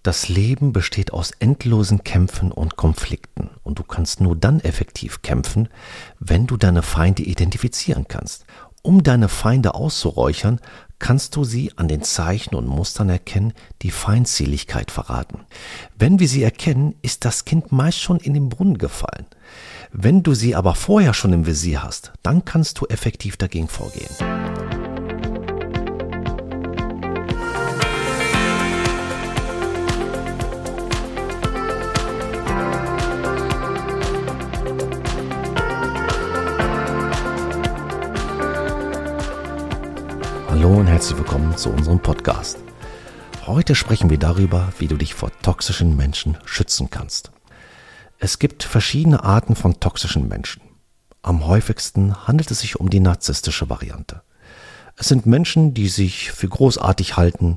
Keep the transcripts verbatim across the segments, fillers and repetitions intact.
Das Leben besteht aus endlosen Kämpfen und Konflikten und du kannst nur dann effektiv kämpfen, wenn du deine Feinde identifizieren kannst. Um deine Feinde auszuräuchern, kannst du sie an den Zeichen und Mustern erkennen, die Feindseligkeit verraten. Wenn wir sie erkennen, ist das Kind meist schon in den Brunnen gefallen. Wenn du sie aber vorher schon im Visier hast, dann kannst du effektiv dagegen vorgehen. Hallo und herzlich willkommen zu unserem Podcast. Heute sprechen wir darüber, wie du dich vor toxischen Menschen schützen kannst. Es gibt verschiedene Arten von toxischen Menschen. Am häufigsten handelt es sich um die narzisstische Variante. Es sind Menschen, die sich für großartig halten,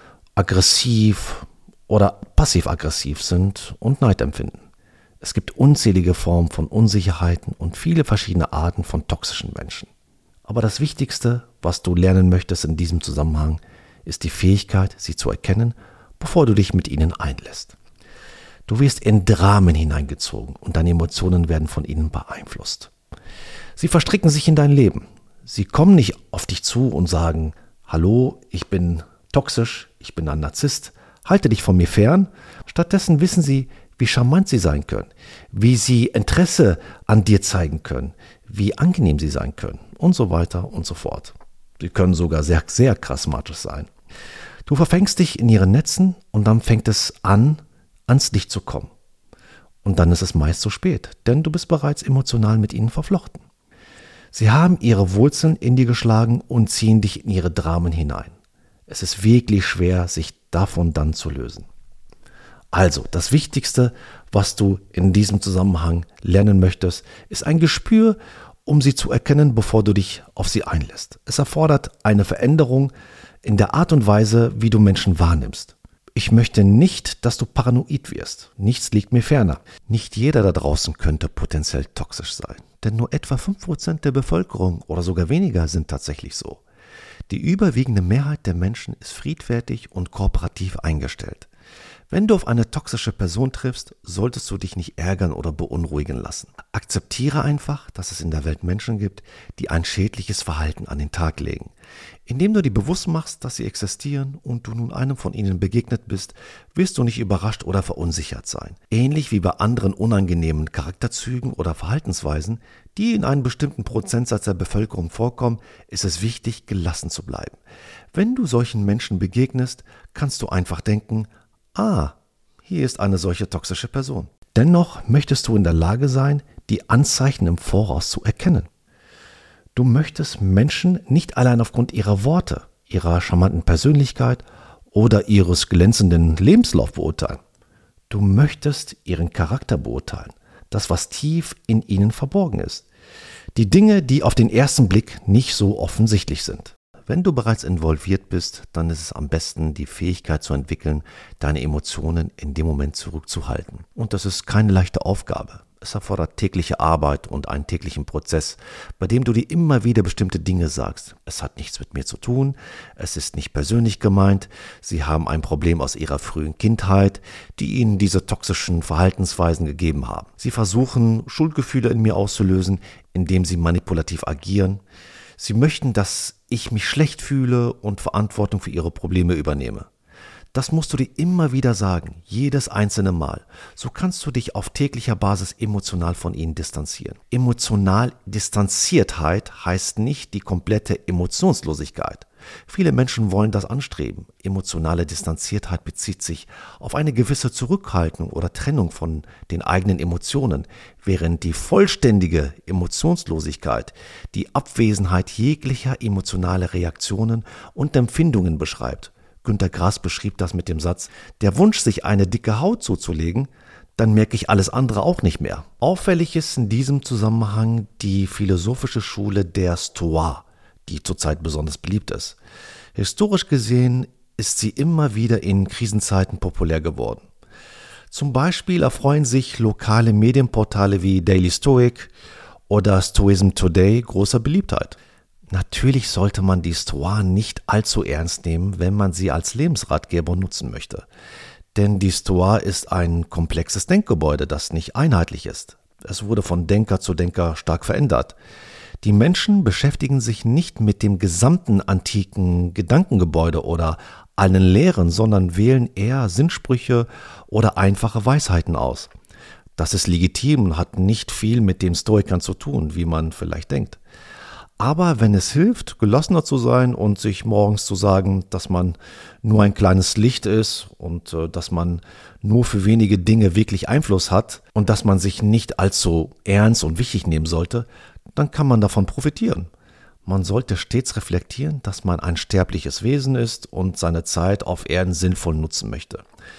aggressiv oder passiv-aggressiv sind und Neid empfinden. Es gibt unzählige Formen von Unsicherheiten und viele verschiedene Arten von toxischen Menschen. Aber das Wichtigste, was du lernen möchtest in diesem Zusammenhang, ist die Fähigkeit, sie zu erkennen, bevor du dich mit ihnen einlässt. Du wirst in Dramen hineingezogen und deine Emotionen werden von ihnen beeinflusst. Sie verstricken sich in dein Leben. Sie kommen nicht auf dich zu und sagen, hallo, ich bin toxisch, ich bin ein Narzisst, halte dich von mir fern. Stattdessen wissen sie, wie charmant sie sein können, wie sie Interesse an dir zeigen können, wie angenehm sie sein können und so weiter und so fort. Sie können sogar sehr, sehr charismatisch sein. Du verfängst dich in ihren Netzen und dann fängt es an, ans Licht zu kommen. Und dann ist es meist zu spät, denn du bist bereits emotional mit ihnen verflochten. Sie haben ihre Wurzeln in dir geschlagen und ziehen dich in ihre Dramen hinein. Es ist wirklich schwer, sich davon dann zu lösen. Also, das Wichtigste, was du in diesem Zusammenhang lernen möchtest, ist ein Gespür, um sie zu erkennen, bevor du dich auf sie einlässt. Es erfordert eine Veränderung in der Art und Weise, wie du Menschen wahrnimmst. Ich möchte nicht, dass du paranoid wirst. Nichts liegt mir ferner. Nicht jeder da draußen könnte potenziell toxisch sein. Denn nur etwa fünf Prozent der Bevölkerung oder sogar weniger sind tatsächlich so. Die überwiegende Mehrheit der Menschen ist friedfertig und kooperativ eingestellt. Wenn du auf eine toxische Person triffst, solltest du dich nicht ärgern oder beunruhigen lassen. Akzeptiere einfach, dass es in der Welt Menschen gibt, die ein schädliches Verhalten an den Tag legen. Indem du dir bewusst machst, dass sie existieren und du nun einem von ihnen begegnet bist, wirst du nicht überrascht oder verunsichert sein. Ähnlich wie bei anderen unangenehmen Charakterzügen oder Verhaltensweisen, die in einem bestimmten Prozentsatz der Bevölkerung vorkommen, ist es wichtig, gelassen zu bleiben. Wenn du solchen Menschen begegnest, kannst du einfach denken, ah, hier ist eine solche toxische Person. Dennoch möchtest du in der Lage sein, die Anzeichen im Voraus zu erkennen. Du möchtest Menschen nicht allein aufgrund ihrer Worte, ihrer charmanten Persönlichkeit oder ihres glänzenden Lebenslaufs beurteilen. Du möchtest ihren Charakter beurteilen, das, was tief in ihnen verborgen ist. Die Dinge, die auf den ersten Blick nicht so offensichtlich sind. Wenn du bereits involviert bist, dann ist es am besten, die Fähigkeit zu entwickeln, deine Emotionen in dem Moment zurückzuhalten. Und das ist keine leichte Aufgabe. Es erfordert tägliche Arbeit und einen täglichen Prozess, bei dem du dir immer wieder bestimmte Dinge sagst. Es hat nichts mit mir zu tun, es ist nicht persönlich gemeint, sie haben ein Problem aus ihrer frühen Kindheit, die ihnen diese toxischen Verhaltensweisen gegeben haben. Sie versuchen, Schuldgefühle in mir auszulösen, indem sie manipulativ agieren. Sie möchten, dass ich mich schlecht fühle und Verantwortung für ihre Probleme übernehme. Das musst du dir immer wieder sagen, jedes einzelne Mal. So kannst du dich auf täglicher Basis emotional von ihnen distanzieren. Emotional Distanziertheit heißt nicht die komplette Emotionslosigkeit. Viele Menschen wollen das anstreben. Emotionale Distanziertheit bezieht sich auf eine gewisse Zurückhaltung oder Trennung von den eigenen Emotionen, während die vollständige Emotionslosigkeit die Abwesenheit jeglicher emotionaler Reaktionen und Empfindungen beschreibt. Günter Grass beschrieb das mit dem Satz, der Wunsch, sich eine dicke Haut zuzulegen, dann merke ich alles andere auch nicht mehr. Auffällig ist in diesem Zusammenhang die philosophische Schule der Stoa, die zurzeit besonders beliebt ist. Historisch gesehen ist sie immer wieder in Krisenzeiten populär geworden. Zum Beispiel erfreuen sich lokale Medienportale wie Daily Stoic oder Stoicism Today großer Beliebtheit. Natürlich sollte man die Stoa nicht allzu ernst nehmen, wenn man sie als Lebensratgeber nutzen möchte. Denn die Stoa ist ein komplexes Denkgebäude, das nicht einheitlich ist. Es wurde von Denker zu Denker stark verändert. Die Menschen beschäftigen sich nicht mit dem gesamten antiken Gedankengebäude oder allen Lehren, sondern wählen eher Sinnsprüche oder einfache Weisheiten aus. Das ist legitim und hat nicht viel mit den Stoikern zu tun, wie man vielleicht denkt. Aber wenn es hilft, gelassener zu sein und sich morgens zu sagen, dass man nur ein kleines Licht ist und äh, dass man nur für wenige Dinge wirklich Einfluss hat und dass man sich nicht allzu ernst und wichtig nehmen sollte, dann kann man davon profitieren. Man sollte stets reflektieren, dass man ein sterbliches Wesen ist und seine Zeit auf Erden sinnvoll nutzen möchte.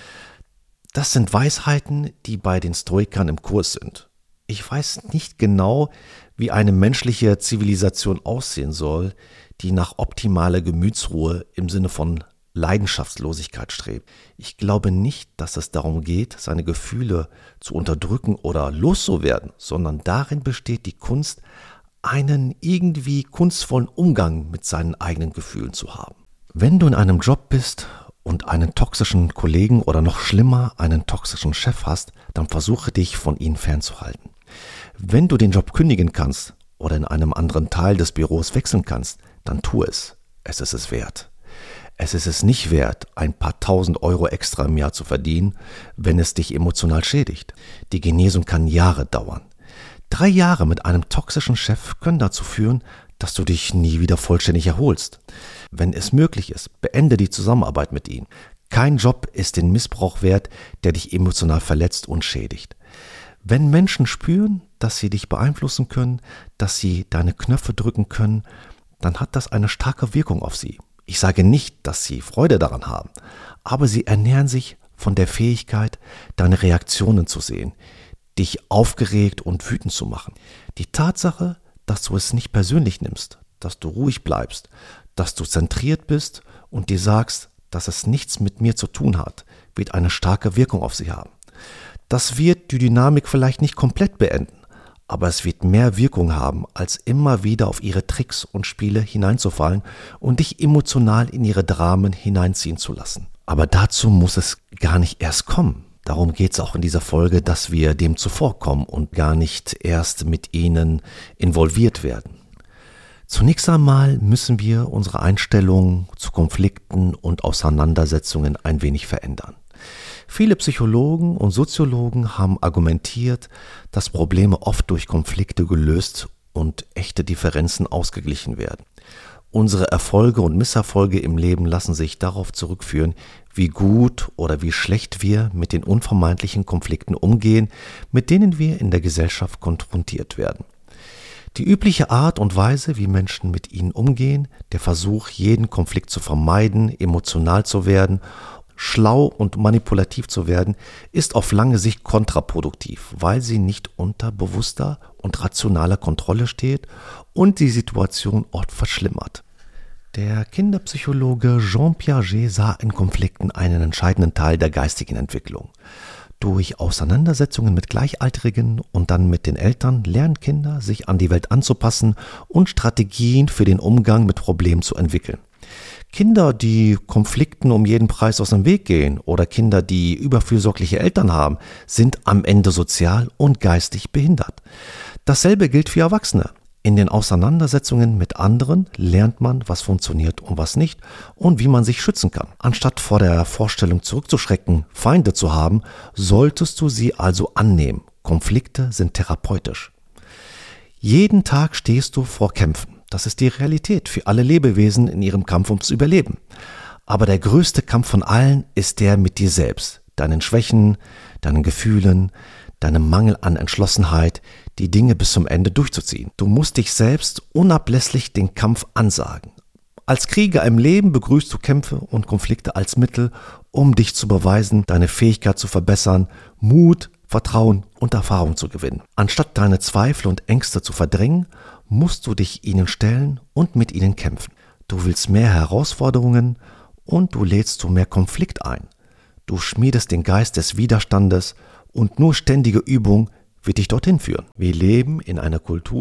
Das sind Weisheiten, die bei den Stoikern im Kurs sind. Ich weiß nicht genau, wie eine menschliche Zivilisation aussehen soll, die nach optimaler Gemütsruhe im Sinne von Leidenschaftslosigkeit strebt. Ich glaube nicht, dass es darum geht, seine Gefühle zu unterdrücken oder loszuwerden, sondern darin besteht die Kunst, einen irgendwie kunstvollen Umgang mit seinen eigenen Gefühlen zu haben. Wenn du in einem Job bist und einen toxischen Kollegen oder noch schlimmer einen toxischen Chef hast, dann versuche dich von ihnen fernzuhalten. Wenn du den Job kündigen kannst oder in einem anderen Teil des Büros wechseln kannst, dann tu es. Es ist es wert. Es ist es nicht wert, ein paar tausend Euro extra im Jahr zu verdienen, wenn es dich emotional schädigt. Die Genesung kann Jahre dauern. Drei Jahre mit einem toxischen Chef können dazu führen, dass du dich nie wieder vollständig erholst. Wenn es möglich ist, beende die Zusammenarbeit mit ihm. Kein Job ist den Missbrauch wert, der dich emotional verletzt und schädigt. Wenn Menschen spüren, dass sie dich beeinflussen können, dass sie deine Knöpfe drücken können, dann hat das eine starke Wirkung auf sie. Ich sage nicht, dass sie Freude daran haben, aber sie ernähren sich von der Fähigkeit, deine Reaktionen zu sehen, dich aufgeregt und wütend zu machen. Die Tatsache, dass du es nicht persönlich nimmst, dass du ruhig bleibst, dass du zentriert bist und dir sagst, dass es nichts mit mir zu tun hat, wird eine starke Wirkung auf sie haben. Das wird die Dynamik vielleicht nicht komplett beenden, aber es wird mehr Wirkung haben, als immer wieder auf ihre Tricks und Spiele hineinzufallen und dich emotional in ihre Dramen hineinziehen zu lassen. Aber dazu muss es gar nicht erst kommen. Darum geht es auch in dieser Folge, dass wir dem zuvorkommen und gar nicht erst mit ihnen involviert werden. Zunächst einmal müssen wir unsere Einstellung zu Konflikten und Auseinandersetzungen ein wenig verändern. Viele Psychologen und Soziologen haben argumentiert, dass Probleme oft durch Konflikte gelöst und echte Differenzen ausgeglichen werden. Unsere Erfolge und Misserfolge im Leben lassen sich darauf zurückführen, wie gut oder wie schlecht wir mit den unvermeidlichen Konflikten umgehen, mit denen wir in der Gesellschaft konfrontiert werden. Die übliche Art und Weise, wie Menschen mit ihnen umgehen, der Versuch, jeden Konflikt zu vermeiden, emotional zu werden, schlau und manipulativ zu werden, ist auf lange Sicht kontraproduktiv, weil sie nicht unter bewusster und rationaler Kontrolle steht und die Situation oft verschlimmert. Der Kinderpsychologe Jean Piaget sah in Konflikten einen entscheidenden Teil der geistigen Entwicklung. Durch Auseinandersetzungen mit Gleichaltrigen und dann mit den Eltern lernen Kinder, sich an die Welt anzupassen und Strategien für den Umgang mit Problemen zu entwickeln. Kinder, die Konflikten um jeden Preis aus dem Weg gehen oder Kinder, die überfürsorgliche Eltern haben, sind am Ende sozial und geistig behindert. Dasselbe gilt für Erwachsene. In den Auseinandersetzungen mit anderen lernt man, was funktioniert und was nicht und wie man sich schützen kann. Anstatt vor der Vorstellung zurückzuschrecken, Feinde zu haben, solltest du sie also annehmen. Konflikte sind therapeutisch. Jeden Tag stehst du vor Kämpfen. Das ist die Realität für alle Lebewesen in ihrem Kampf ums Überleben. Aber der größte Kampf von allen ist der mit dir selbst, deinen Schwächen, deinen Gefühlen, deinem Mangel an Entschlossenheit, die Dinge bis zum Ende durchzuziehen. Du musst dich selbst unablässig den Kampf ansagen. Als Krieger im Leben begrüßt du Kämpfe und Konflikte als Mittel, um dich zu beweisen, deine Fähigkeit zu verbessern, Mut, Vertrauen und Erfahrung zu gewinnen. Anstatt deine Zweifel und Ängste zu verdrängen, musst du dich ihnen stellen und mit ihnen kämpfen. Du willst mehr Herausforderungen und du lädst zu mehr Konflikt ein. Du schmiedest den Geist des Widerstandes und nur ständige Übung wird dich dorthin führen. Wir leben in einer Kultur,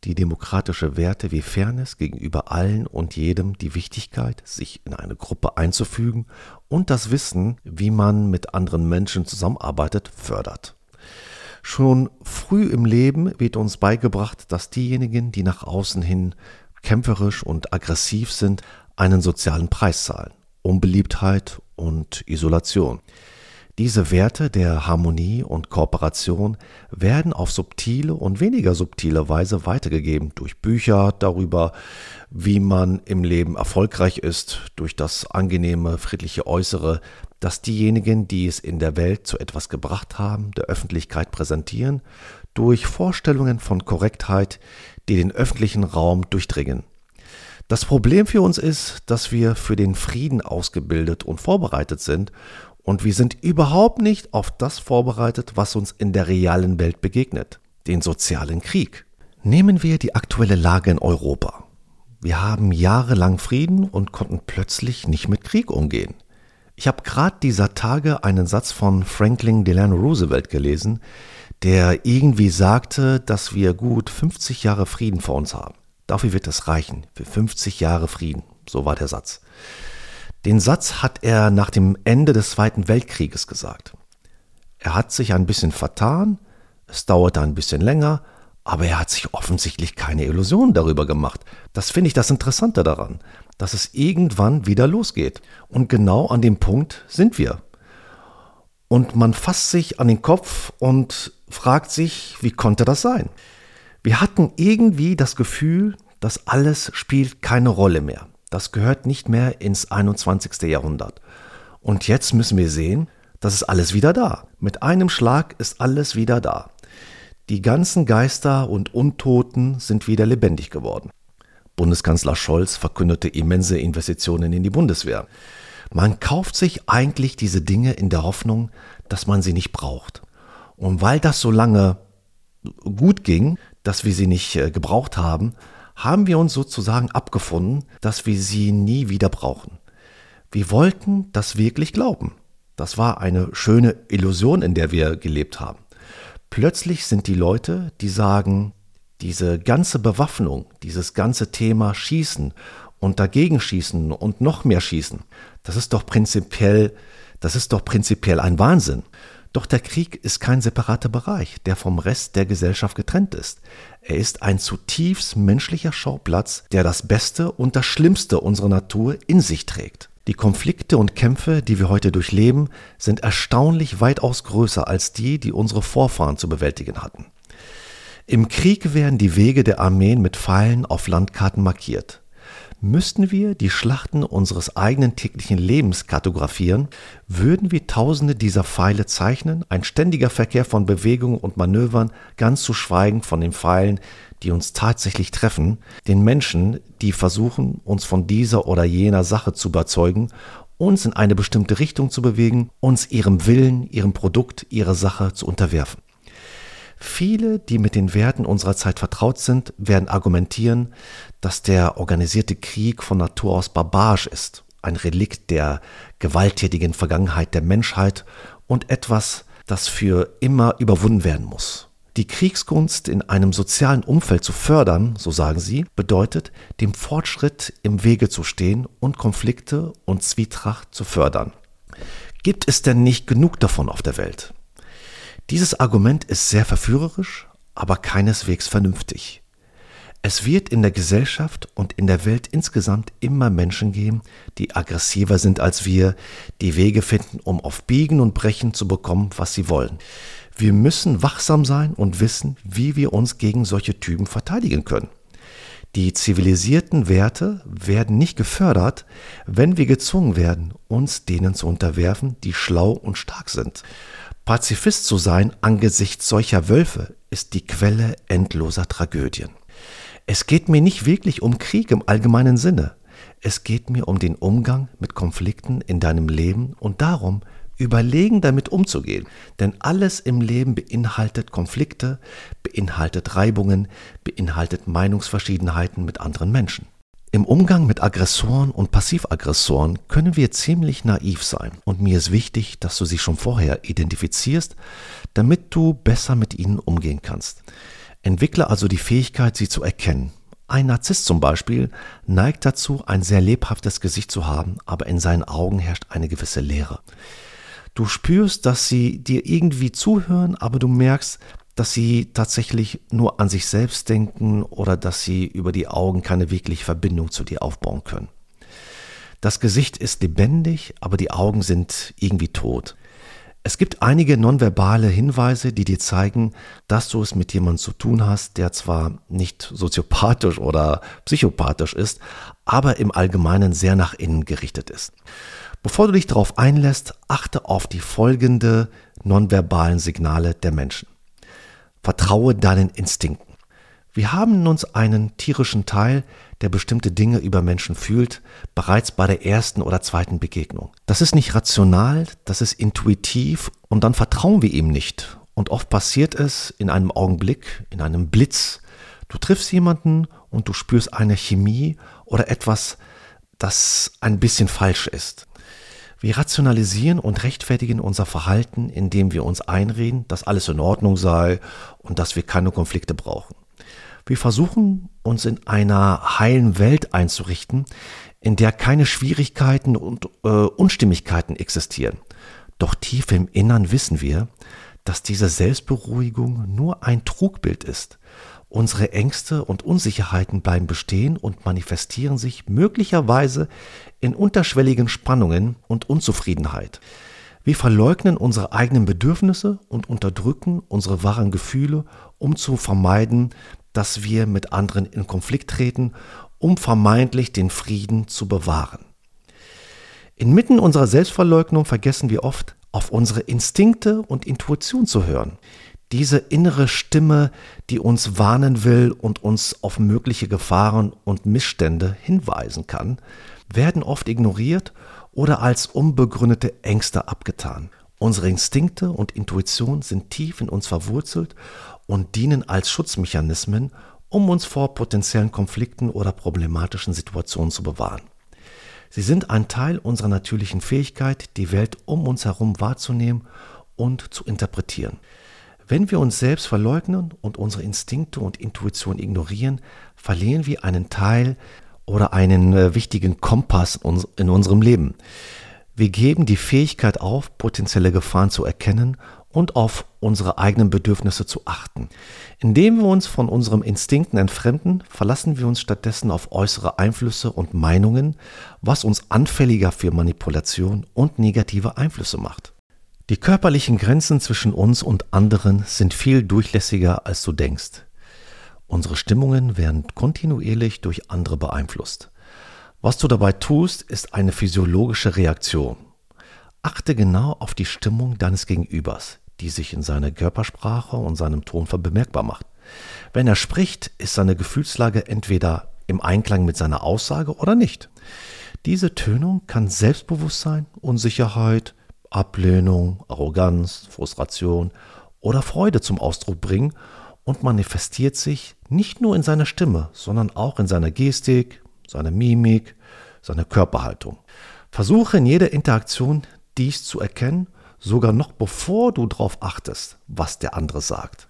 die demokratische Werte wie Fairness gegenüber allen und jedem, die Wichtigkeit, sich in eine Gruppe einzufügen und das Wissen, wie man mit anderen Menschen zusammenarbeitet, fördert. Schon früh im Leben wird uns beigebracht, dass diejenigen, die nach außen hin kämpferisch und aggressiv sind, einen sozialen Preis zahlen: Unbeliebtheit und Isolation. Diese Werte der Harmonie und Kooperation werden auf subtile und weniger subtile Weise weitergegeben durch Bücher darüber, wie man im Leben erfolgreich ist, durch das angenehme, friedliche Äußere, das diejenigen, die es in der Welt zu etwas gebracht haben, der Öffentlichkeit präsentieren, durch Vorstellungen von Korrektheit, die den öffentlichen Raum durchdringen. Das Problem für uns ist, dass wir für den Frieden ausgebildet und vorbereitet sind, und wir sind überhaupt nicht auf das vorbereitet, was uns in der realen Welt begegnet, den sozialen Krieg. Nehmen wir die aktuelle Lage in Europa. Wir haben jahrelang Frieden und konnten plötzlich nicht mit Krieg umgehen. Ich habe gerade dieser Tage einen Satz von Franklin Delano Roosevelt gelesen, der irgendwie sagte, dass wir gut fünfzig Jahre Frieden vor uns haben. Dafür wird es reichen, für fünfzig Jahre Frieden. So war der Satz. Den Satz hat er nach dem Ende des Zweiten Weltkrieges gesagt. Er hat sich ein bisschen vertan, es dauerte ein bisschen länger, aber er hat sich offensichtlich keine Illusionen darüber gemacht. Das finde ich das Interessante daran, dass es irgendwann wieder losgeht. Und genau an dem Punkt sind wir. Und man fasst sich an den Kopf und fragt sich, wie konnte das sein? Wir hatten irgendwie das Gefühl, dass alles spielt keine Rolle mehr. Das gehört nicht mehr ins einundzwanzigste Jahrhundert. Und jetzt müssen wir sehen, das ist alles wieder da. Mit einem Schlag ist alles wieder da. Die ganzen Geister und Untoten sind wieder lebendig geworden. Bundeskanzler Scholz verkündete immense Investitionen in die Bundeswehr. Man kauft sich eigentlich diese Dinge in der Hoffnung, dass man sie nicht braucht. Und weil das so lange gut ging, dass wir sie nicht äh, gebraucht haben, haben wir uns sozusagen abgefunden, dass wir sie nie wieder brauchen. Wir wollten das wirklich glauben. Das war eine schöne Illusion, in der wir gelebt haben. Plötzlich sind die Leute, die sagen, diese ganze Bewaffnung, dieses ganze Thema Schießen und dagegen schießen und noch mehr schießen, das ist doch prinzipiell, das ist doch prinzipiell ein Wahnsinn. Doch der Krieg ist kein separater Bereich, der vom Rest der Gesellschaft getrennt ist. Er ist ein zutiefst menschlicher Schauplatz, der das Beste und das Schlimmste unserer Natur in sich trägt. Die Konflikte und Kämpfe, die wir heute durchleben, sind erstaunlich weitaus größer als die, die unsere Vorfahren zu bewältigen hatten. Im Krieg werden die Wege der Armeen mit Pfeilen auf Landkarten markiert. Müssten wir die Schlachten unseres eigenen täglichen Lebens kartografieren, würden wir tausende dieser Pfeile zeichnen, ein ständiger Verkehr von Bewegungen und Manövern, ganz zu schweigen von den Pfeilen, die uns tatsächlich treffen, den Menschen, die versuchen, uns von dieser oder jener Sache zu überzeugen, uns in eine bestimmte Richtung zu bewegen, uns ihrem Willen, ihrem Produkt, ihrer Sache zu unterwerfen. Viele, die mit den Werten unserer Zeit vertraut sind, werden argumentieren, dass der organisierte Krieg von Natur aus barbarisch ist, ein Relikt der gewalttätigen Vergangenheit der Menschheit und etwas, das für immer überwunden werden muss. Die Kriegskunst in einem sozialen Umfeld zu fördern, so sagen sie, bedeutet, dem Fortschritt im Wege zu stehen und Konflikte und Zwietracht zu fördern. Gibt es denn nicht genug davon auf der Welt? Dieses Argument ist sehr verführerisch, aber keineswegs vernünftig. Es wird in der Gesellschaft und in der Welt insgesamt immer Menschen geben, die aggressiver sind als wir, die Wege finden, um auf Biegen und Brechen zu bekommen, was sie wollen. Wir müssen wachsam sein und wissen, wie wir uns gegen solche Typen verteidigen können. Die zivilisierten Werte werden nicht gefördert, wenn wir gezwungen werden, uns denen zu unterwerfen, die schlau und stark sind. Pazifist zu sein angesichts solcher Wölfe ist die Quelle endloser Tragödien. Es geht mir nicht wirklich um Krieg im allgemeinen Sinne. Es geht mir um den Umgang mit Konflikten in deinem Leben und darum, überlegen damit umzugehen. Denn alles im Leben beinhaltet Konflikte, beinhaltet Reibungen, beinhaltet Meinungsverschiedenheiten mit anderen Menschen. Im Umgang mit Aggressoren und Passivaggressoren können wir ziemlich naiv sein und mir ist wichtig, dass du sie schon vorher identifizierst, damit du besser mit ihnen umgehen kannst. Entwickle also die Fähigkeit, sie zu erkennen. Ein Narzisst zum Beispiel neigt dazu, ein sehr lebhaftes Gesicht zu haben, aber in seinen Augen herrscht eine gewisse Leere. Du spürst, dass sie dir irgendwie zuhören, aber du merkst, dass sie tatsächlich nur an sich selbst denken oder dass sie über die Augen keine wirkliche Verbindung zu dir aufbauen können. Das Gesicht ist lebendig, aber die Augen sind irgendwie tot. Es gibt einige nonverbale Hinweise, die dir zeigen, dass du es mit jemandem zu tun hast, der zwar nicht soziopathisch oder psychopathisch ist, aber im Allgemeinen sehr nach innen gerichtet ist. Bevor du dich darauf einlässt, achte auf die folgenden nonverbalen Signale der Menschen. Vertraue deinen Instinkten. Wir haben in uns einen tierischen Teil, der bestimmte Dinge über Menschen fühlt, bereits bei der ersten oder zweiten Begegnung. Das ist nicht rational, das ist intuitiv und dann vertrauen wir ihm nicht. Und oft passiert es in einem Augenblick, in einem Blitz. Du triffst jemanden und du spürst eine Chemie oder etwas, das ein bisschen falsch ist. Wir rationalisieren und rechtfertigen unser Verhalten, indem wir uns einreden, dass alles in Ordnung sei und dass wir keine Konflikte brauchen. Wir versuchen, uns in einer heilen Welt einzurichten, in der keine Schwierigkeiten und äh, Unstimmigkeiten existieren. Doch tief im Innern wissen wir, dass diese Selbstberuhigung nur ein Trugbild ist. Unsere Ängste und Unsicherheiten bleiben bestehen und manifestieren sich möglicherweise in unterschwelligen Spannungen und Unzufriedenheit. Wir verleugnen unsere eigenen Bedürfnisse und unterdrücken unsere wahren Gefühle, um zu vermeiden, dass wir mit anderen in Konflikt treten, um vermeintlich den Frieden zu bewahren. Inmitten unserer Selbstverleugnung vergessen wir oft, auf unsere Instinkte und Intuition zu hören. Diese innere Stimme, die uns warnen will und uns auf mögliche Gefahren und Missstände hinweisen kann, werden oft ignoriert oder als unbegründete Ängste abgetan. Unsere Instinkte und Intuition sind tief in uns verwurzelt und dienen als Schutzmechanismen, um uns vor potenziellen Konflikten oder problematischen Situationen zu bewahren. Sie sind ein Teil unserer natürlichen Fähigkeit, die Welt um uns herum wahrzunehmen und zu interpretieren. Wenn wir uns selbst verleugnen und unsere Instinkte und Intuition ignorieren, verlieren wir einen Teil oder einen äh, wichtigen Kompass in unserem Leben. Wir geben die Fähigkeit auf, potenzielle Gefahren zu erkennen und auf unsere eigenen Bedürfnisse zu achten. Indem wir uns von unseren Instinkten entfremden, verlassen wir uns stattdessen auf äußere Einflüsse und Meinungen, was uns anfälliger für Manipulation und negative Einflüsse macht. Die körperlichen Grenzen zwischen uns und anderen sind viel durchlässiger, als du denkst. Unsere Stimmungen werden kontinuierlich durch andere beeinflusst. Was du dabei tust, ist eine physiologische Reaktion. Achte genau auf die Stimmung deines Gegenübers, die sich in seiner Körpersprache und seinem Tonfall bemerkbar macht. Wenn er spricht, ist seine Gefühlslage entweder im Einklang mit seiner Aussage oder nicht. Diese Tönung kann Selbstbewusstsein, Unsicherheit, Ablehnung, Arroganz, Frustration oder Freude zum Ausdruck bringen und manifestiert sich nicht nur in seiner Stimme, sondern auch in seiner Gestik, seiner Mimik, seiner Körperhaltung. Versuche in jeder Interaktion dies zu erkennen, sogar noch bevor du darauf achtest, was der andere sagt.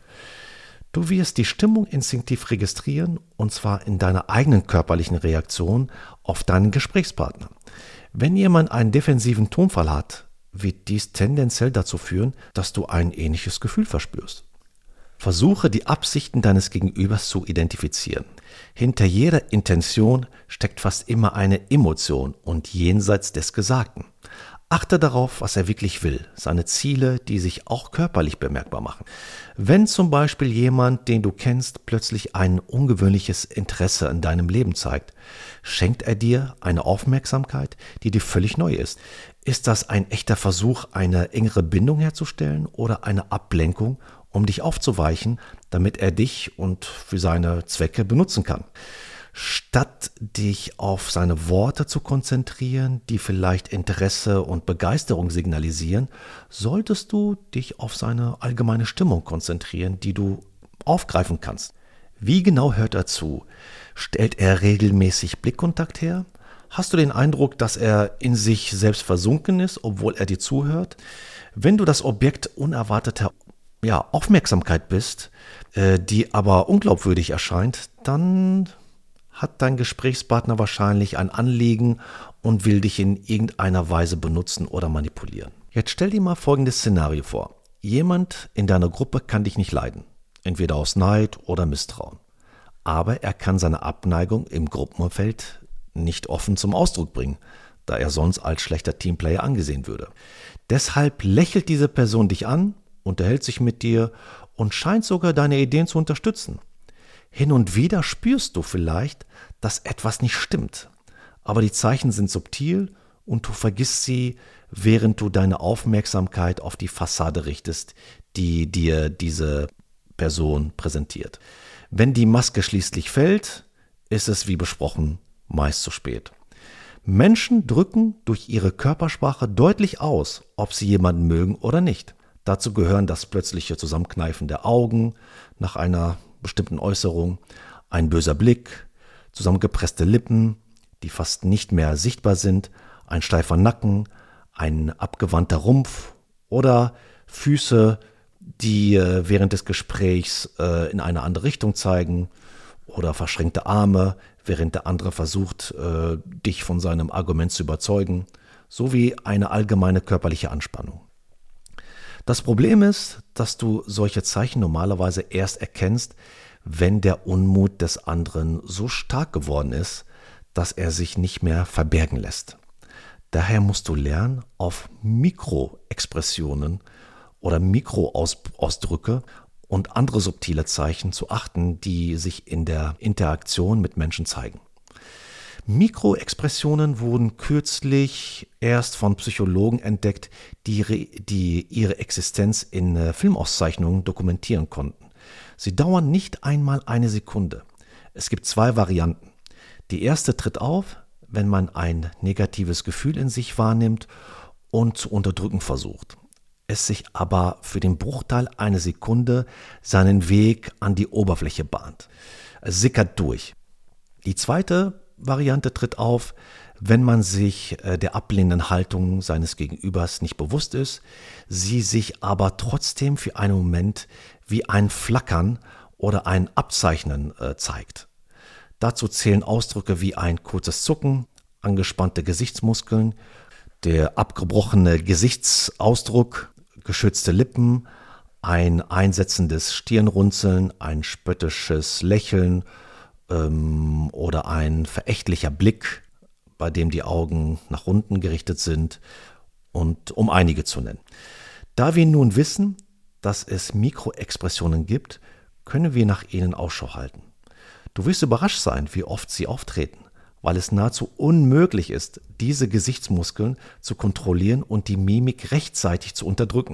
Du wirst die Stimmung instinktiv registrieren, und zwar in deiner eigenen körperlichen Reaktion auf deinen Gesprächspartner. Wenn jemand einen defensiven Tonfall hat, wird dies tendenziell dazu führen, dass du ein ähnliches Gefühl verspürst. Versuche die Absichten deines Gegenübers zu identifizieren. Hinter jeder Intention steckt fast immer eine Emotion und jenseits des Gesagten. Achte darauf, was er wirklich will, seine Ziele, die sich auch körperlich bemerkbar machen. Wenn zum Beispiel jemand, den du kennst, plötzlich ein ungewöhnliches Interesse in deinem Leben zeigt, schenkt er dir eine Aufmerksamkeit, die dir völlig neu ist. Ist das ein echter Versuch, eine engere Bindung herzustellen oder eine Ablenkung, um dich aufzuweichen, damit er dich und für seine Zwecke benutzen kann? Statt dich auf seine Worte zu konzentrieren, die vielleicht Interesse und Begeisterung signalisieren, solltest du dich auf seine allgemeine Stimmung konzentrieren, die du aufgreifen kannst. Wie genau hört er zu? Stellt er regelmäßig Blickkontakt her? Hast du den Eindruck, dass er in sich selbst versunken ist, obwohl er dir zuhört? Wenn du das Objekt unerwarteter ja, Aufmerksamkeit bist, äh, die aber unglaubwürdig erscheint, dann hat dein Gesprächspartner wahrscheinlich ein Anliegen und will dich in irgendeiner Weise benutzen oder manipulieren. Jetzt stell dir mal folgendes Szenario vor. Jemand in deiner Gruppe kann dich nicht leiden, entweder aus Neid oder Misstrauen. Aber er kann seine Abneigung im Gruppenumfeld nicht offen zum Ausdruck bringen, da er sonst als schlechter Teamplayer angesehen würde. Deshalb lächelt diese Person dich an, unterhält sich mit dir und scheint sogar deine Ideen zu unterstützen. Hin und wieder spürst du vielleicht, dass etwas nicht stimmt, aber die Zeichen sind subtil und du vergisst sie, während du deine Aufmerksamkeit auf die Fassade richtest, die dir diese Person präsentiert. Wenn die Maske schließlich fällt, ist es wie besprochen meist zu spät. Menschen drücken durch ihre Körpersprache deutlich aus, ob sie jemanden mögen oder nicht. Dazu gehören das plötzliche Zusammenkneifen der Augen nach einer bestimmten Äußerung, ein böser Blick, zusammengepresste Lippen, die fast nicht mehr sichtbar sind, ein steifer Nacken, ein abgewandter Rumpf oder Füße, die äh, während des Gesprächs äh, in eine andere Richtung zeigen oder verschränkte Arme, während der andere versucht, äh, dich von seinem Argument zu überzeugen, sowie eine allgemeine körperliche Anspannung. Das Problem ist, dass du solche Zeichen normalerweise erst erkennst, wenn der Unmut des anderen so stark geworden ist, dass er sich nicht mehr verbergen lässt. Daher musst du lernen, auf Mikroexpressionen oder Mikroausdrücke und andere subtile Zeichen zu achten, die sich in der Interaktion mit Menschen zeigen. Mikroexpressionen wurden kürzlich erst von Psychologen entdeckt, die ihre, die ihre Existenz in äh, Filmauszeichnungen dokumentieren konnten. Sie dauern nicht einmal eine Sekunde. Es gibt zwei Varianten. Die erste tritt auf, wenn man ein negatives Gefühl in sich wahrnimmt und zu unterdrücken versucht. Es sich aber für den Bruchteil einer Sekunde seinen Weg an die Oberfläche bahnt. Es sickert durch. Die zweite Variante tritt auf, wenn man sich äh, der ablehnenden Haltung seines Gegenübers nicht bewusst ist, sie sich aber trotzdem für einen Moment wie ein Flackern oder ein Abzeichnen äh, zeigt. Dazu zählen Ausdrücke wie ein kurzes Zucken, angespannte Gesichtsmuskeln, der abgebrochene Gesichtsausdruck, geschützte Lippen, ein einsetzendes Stirnrunzeln, ein spöttisches Lächeln ähm, oder ein verächtlicher Blick, bei dem die Augen nach unten gerichtet sind, und um einige zu nennen. Da wir nun wissen, dass es Mikroexpressionen gibt, können wir nach ihnen Ausschau halten. Du wirst überrascht sein, wie oft sie auftreten, weil es nahezu unmöglich ist, diese Gesichtsmuskeln zu kontrollieren und die Mimik rechtzeitig zu unterdrücken.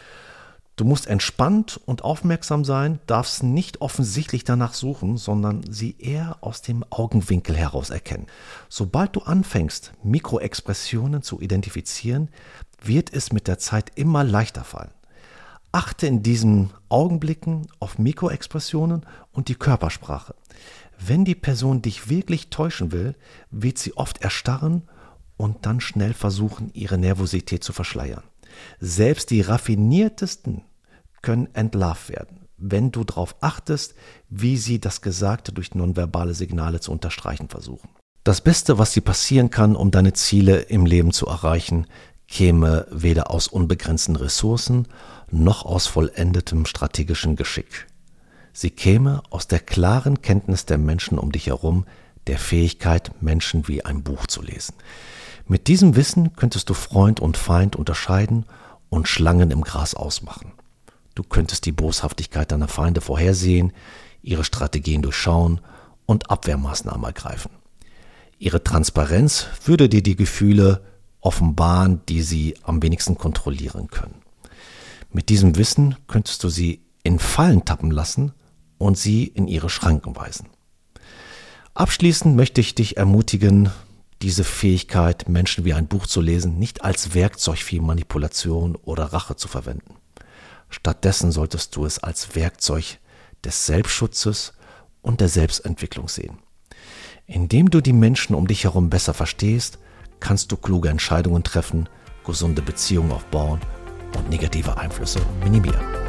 Du musst entspannt und aufmerksam sein, darfst nicht offensichtlich danach suchen, sondern sie eher aus dem Augenwinkel heraus erkennen. Sobald du anfängst, Mikroexpressionen zu identifizieren, wird es mit der Zeit immer leichter fallen. Achte in diesen Augenblicken auf Mikroexpressionen und die Körpersprache. Wenn die Person dich wirklich täuschen will, wird sie oft erstarren und dann schnell versuchen, ihre Nervosität zu verschleiern. Selbst die raffiniertesten können entlarvt werden, wenn du darauf achtest, wie sie das Gesagte durch nonverbale Signale zu unterstreichen versuchen. Das Beste, was dir passieren kann, um deine Ziele im Leben zu erreichen, käme weder aus unbegrenzten Ressourcen noch aus vollendetem strategischen Geschick. Sie käme aus der klaren Kenntnis der Menschen um dich herum, der Fähigkeit, Menschen wie ein Buch zu lesen. Mit diesem Wissen könntest du Freund und Feind unterscheiden und Schlangen im Gras ausmachen. Du könntest die Boshaftigkeit deiner Feinde vorhersehen, ihre Strategien durchschauen und Abwehrmaßnahmen ergreifen. Ihre Transparenz würde dir die Gefühle offenbaren, die sie am wenigsten kontrollieren können. Mit diesem Wissen könntest du sie in Fallen tappen lassen und sie in ihre Schranken weisen. Abschließend möchte ich dich ermutigen, diese Fähigkeit, Menschen wie ein Buch zu lesen, nicht als Werkzeug für Manipulation oder Rache zu verwenden. Stattdessen solltest du es als Werkzeug des Selbstschutzes und der Selbstentwicklung sehen. Indem du die Menschen um dich herum besser verstehst, kannst du kluge Entscheidungen treffen, gesunde Beziehungen aufbauen und negative Einflüsse minimieren.